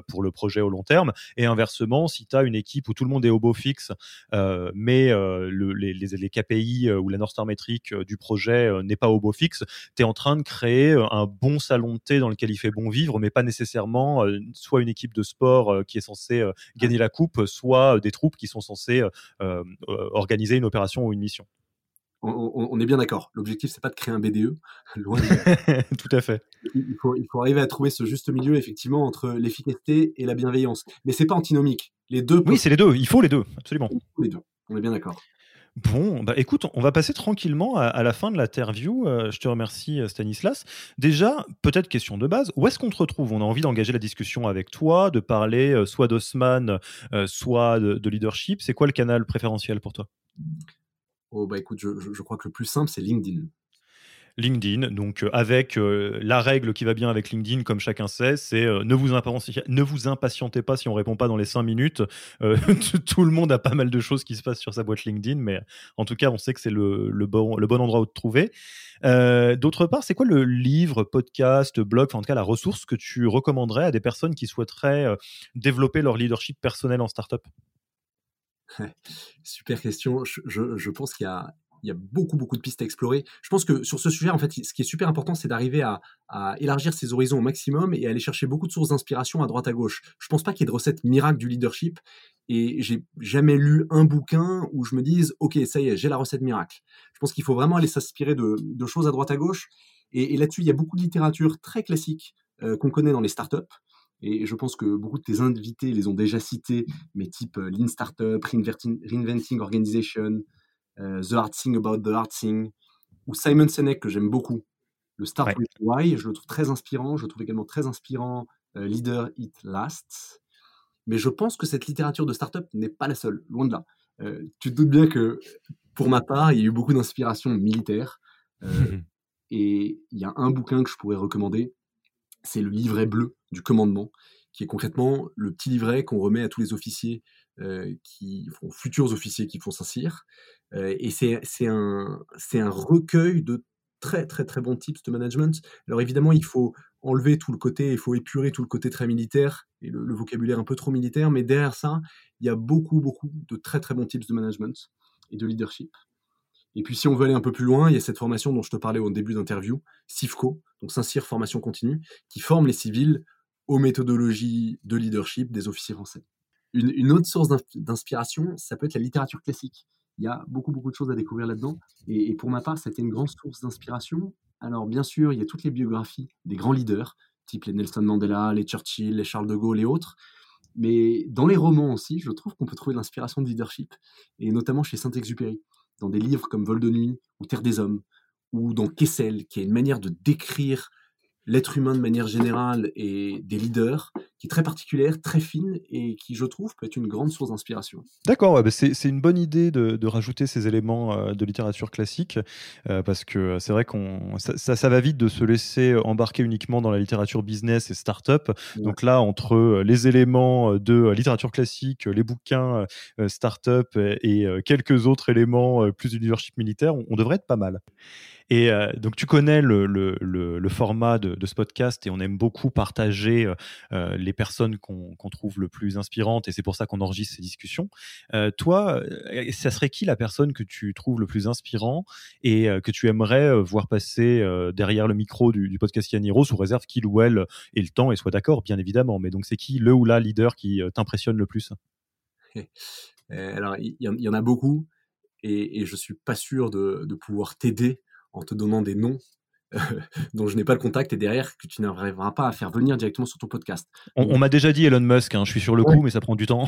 pour le projet au long terme. Et inversement, si tu as une équipe où tout le monde est au beau fixe, euh, mais euh, le, les, les, les K P I euh, ou la North Star métrique euh, du projet euh, n'est pas au beau fixe, tu es en train de créer euh, un bon salon de thé dans lequel il fait bon vivre, mais pas nécessairement euh, soit une équipe de sport euh, qui est censée euh, gagner la coupe, soit euh, des troupes qui sont censées euh, euh, organiser une opération ou une mission. On, on, on est bien d'accord. L'objectif, c'est pas de créer un B D E, loin de là. Tout à fait. Il faut, il faut arriver à trouver ce juste milieu, effectivement, entre l'efficacité et la bienveillance. Mais c'est pas antinomique. Les deux Oui, peuvent... c'est les deux. Il faut les deux, absolument. Il faut les deux. On est bien d'accord. Bon, bah écoute, on va passer tranquillement à, à la fin de l'interview. Euh, je te remercie, Stanislas. Déjà, peut-être question de base, où est-ce qu'on te retrouve? On a envie d'engager la discussion avec toi, de parler euh, soit d'Haussmann, euh, soit de, de leadership. C'est quoi le canal préférentiel pour toi? Oh, bah écoute, je, je, je crois que le plus simple, c'est LinkedIn. LinkedIn, donc euh, avec euh, la règle qui va bien avec LinkedIn, comme chacun sait, c'est euh, ne, vous impatientez, ne vous impatientez pas si on répond pas dans les cinq minutes. Euh, tout le monde a pas mal de choses qui se passent sur sa boîte LinkedIn, mais en tout cas, on sait que c'est le, le, bon, le bon endroit où te trouver. Euh, d'autre part, c'est quoi le livre, podcast, blog, enfin en tout cas la ressource que tu recommanderais à des personnes qui souhaiteraient euh, développer leur leadership personnel en startup? Super question. Je, je, je pense qu'il y a, il y a beaucoup, beaucoup de pistes à explorer. Je pense que sur ce sujet, en fait, ce qui est super important, c'est d'arriver à, à élargir ses horizons au maximum et aller chercher beaucoup de sources d'inspiration à droite à gauche. Je pense pas qu'il y ait de recette miracle du leadership et j'ai jamais lu un bouquin où je me dise, OK, ça y est, j'ai la recette miracle. Je pense qu'il faut vraiment aller s'inspirer de, de choses à droite à gauche. Et, et là-dessus, il y a beaucoup de littérature très classique euh, qu'on connaît dans les startups. Et je pense que beaucoup de tes invités les ont déjà cités, mais type euh, Lean Startup, Reinventing, Reinventing Organization, euh, The Hard Thing About the Hard Thing, ou Simon Sinek, que j'aime beaucoup, le Start Ouais. with Why, je le trouve très inspirant. Je le trouve également très inspirant, euh, Leader It Lasts. Mais je pense que cette littérature de startup n'est pas la seule, loin de là. Euh, tu te doutes bien que, pour ma part, il y a eu beaucoup d'inspiration militaire. Euh, et il y a un bouquin que je pourrais recommander, c'est le livret bleu du commandement, qui est concrètement le petit livret qu'on remet à tous les officiers, euh, qui font, futurs officiers qui font Saint-Cyr. Euh, et c'est, c'est, un, c'est un recueil de très très très bons tips de management. Alors évidemment, il faut enlever tout le côté, il faut épurer tout le côté très militaire et le, le vocabulaire un peu trop militaire, mais derrière ça, il y a beaucoup beaucoup de très très bons tips de management et de leadership. Et puis, si on veut aller un peu plus loin, il y a cette formation dont je te parlais au début d'interview, SIFCO, donc Saint-Cyr Formation Continue, qui forme les civils aux méthodologies de leadership des officiers français. Une, une autre source d'inspiration, ça peut être la littérature classique. Il y a beaucoup, beaucoup de choses à découvrir là-dedans. Et, et pour ma part, c'était une grande source d'inspiration. Alors, bien sûr, il y a toutes les biographies des grands leaders, type les Nelson Mandela, les Churchill, les Charles de Gaulle et autres. Mais dans les romans aussi, je trouve qu'on peut trouver de l'inspiration de leadership, et notamment chez Saint-Exupéry, dans des livres comme Vol de nuit ou Terre des hommes, ou dans Kessel, qui est une manière de décrire l'être humain de manière générale et des leaders, qui est très particulière, très fine, et qui, je trouve, peut être une grande source d'inspiration. D'accord, ouais, bah c'est, c'est une bonne idée de, de rajouter ces éléments euh, de littérature classique, euh, parce que c'est vrai qu'on ça, ça, ça va vite de se laisser embarquer uniquement dans la littérature business et start-up. Ouais. Donc là, entre les éléments de littérature classique, les bouquins euh, start-up et euh, quelques autres éléments euh, plus du leadership militaire, on, on devrait être pas mal. Et euh, donc, tu connais le, le, le, le format de, de ce podcast et on aime beaucoup partager euh, les personnes qu'on, qu'on trouve le plus inspirantes et c'est pour ça qu'on enregistre ces discussions. Euh, toi, euh, ça serait qui la personne que tu trouves le plus inspirant et euh, que tu aimerais euh, voir passer euh, derrière le micro du, du podcast Yaniro, sous réserve qu'il ou elle ait le temps et soit d'accord, bien évidemment. Mais donc, c'est qui le ou la leader qui euh, t'impressionne le plus? Euh, alors, il y, y, en a beaucoup et, et je suis pas sûr de, de pouvoir t'aider en te donnant des noms euh, dont je n'ai pas le contact et derrière que tu n'arriveras pas à faire venir directement sur ton podcast. On, Donc, on m'a déjà dit Elon Musk, hein, je suis sur le ouais. coup, mais ça prend du temps.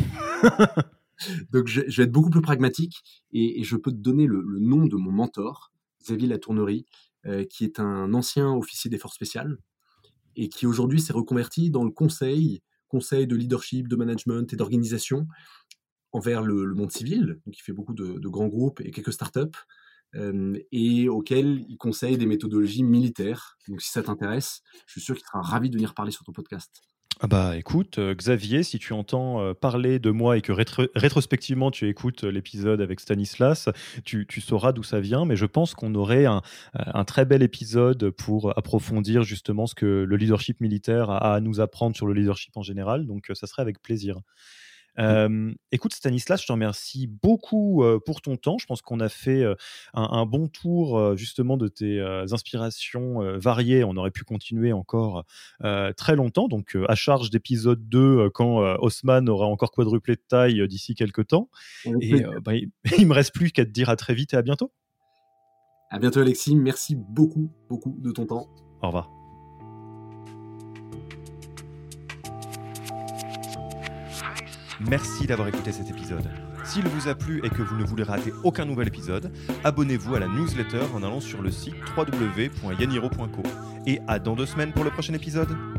Donc je, je vais être beaucoup plus pragmatique et, et je peux te donner le, le nom de mon mentor, Xavier Latournerie, euh, qui est un ancien officier des forces spéciales et qui aujourd'hui s'est reconverti dans le conseil, conseil de leadership, de management et d'organisation envers le, le monde civil. Donc il fait beaucoup de, de grands groupes et quelques startups. Euh, et auquel il conseille des méthodologies militaires. Donc si ça t'intéresse, je suis sûr qu'il sera ravi de venir parler sur ton podcast. Ah bah écoute, euh, Xavier, si tu entends euh, parler de moi et que rétro- rétrospectivement tu écoutes euh, l'épisode avec Stanislas, tu, tu sauras d'où ça vient, mais je pense qu'on aurait un, euh, un très bel épisode pour approfondir justement ce que le leadership militaire a à nous apprendre sur le leadership en général, donc euh, ça serait avec plaisir. Mm. Euh, écoute Stanislas, je te remercie beaucoup euh, pour ton temps. Je pense qu'on a fait euh, un, un bon tour euh, justement de tes euh, inspirations euh, variées. On aurait pu continuer encore euh, très longtemps. Donc euh, à charge d'épisode deux euh, quand euh, Haussmann aura encore quadruplé de taille euh, d'ici quelques temps. Avec Et plaisir. euh, bah, il, il me reste plus qu'à te dire à très vite et à bientôt. À bientôt Alexis, merci beaucoup, beaucoup de ton temps. Au revoir. Merci d'avoir écouté cet épisode. S'il vous a plu et que vous ne voulez rater aucun nouvel épisode, abonnez-vous à la newsletter en allant sur le site w w w point yaniro point co. Et à dans deux semaines pour le prochain épisode.